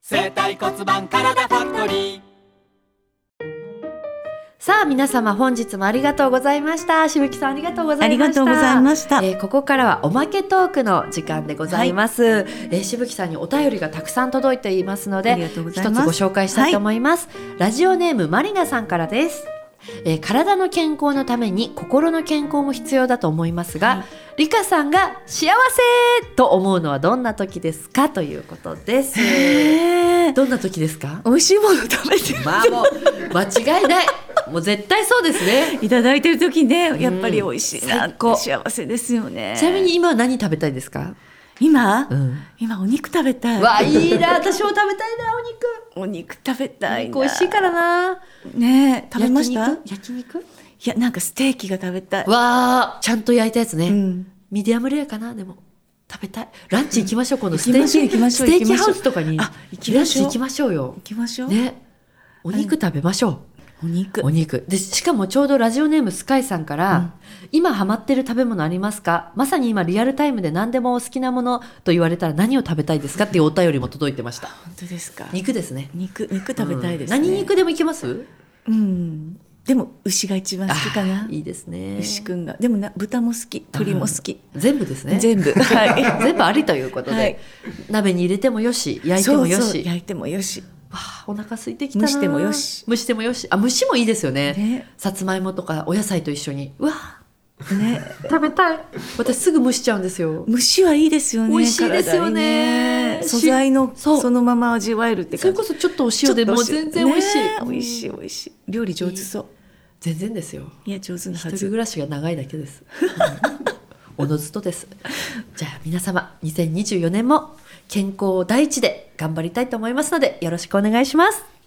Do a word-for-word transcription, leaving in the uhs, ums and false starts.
生体骨盤体ファクトリー。 さあ皆様本日もありがとうございました。しぶきさんありがとうございました。 ありがとうございました、 えー、ここからはおまけトークの時間でございます、はい。えー、しぶきさんにお便りがたくさん届いていますので、一つご紹介したいと思います、はい、ラジオネームマリナさんからです。えー、体の健康のために心の健康も必要だと思いますが、はい、リカさんが幸せと思うのはどんな時ですかということです。どんな時ですか？ 美味しいもの食べてる、 まあもう間違いないもう絶対そうですね。 いただいてる時ね、やっぱり美味しいな、うん、幸せですよね。 ちなみに今は何食べたいですか？ 今、うん、今お肉食べたい。 わ、いいな、私も食べたいな、お肉。 お肉食べたいな。 お肉美味しいからな。 ねえ、食べました？ 焼肉？焼肉？ いや、なんかステーキが食べたい。 わー、ちゃんと焼いたやつね、うん、ミディアムレアかな。でも食べたい。ランチ行きましょう、今度ステーキ、 行きましょう、 ステーキハウスとかにあ、行きましょう、 ランチ行きましょうよ。 行きましょうね。お肉食べましょう。 お肉お肉で、しかもちょうどラジオネームスカイさんから、うん、今ハマってる食べ物ありますか？まさに今リアルタイムで何でもお好きなものと言われたら何を食べたいですかっていうお便りも届いてました。 本当ですか？ 肉ですね。 肉、肉食べたいですね、 うん、何肉でもいけます？ うん、でも牛が一番好きかな。 いいですね。 牛くんが。でもな、豚も好き、鶏も好き、 全部ですね。 全部、はい、 全部ありということで、はい、鍋に入れてもよし、焼いてもよし。 そうそう、焼いてもよし。 あ、お腹空いてきたな。 蒸してもよし。 蒸してもよし。あ、蒸しもいいですよね。 ね、 さつまいもとかお野菜と一緒に。うわ、 ね、 食べたい。私すぐ蒸しちゃうんですよ。 蒸しはいいですよね。 美味しいですよね。 素材の そ, そのまま味わえるって感じ。 それこそちょっとお塩でもう全然美味しい、ね、 美味しい美味しい。料理上手そう。 全然ですよ。 いや、上手なはず。 一人暮らしが長いだけです。おのずとです。じゃあ皆様にせんにじゅうよねんも健康第一で頑張りたいと思いますのでよろしくお願いします。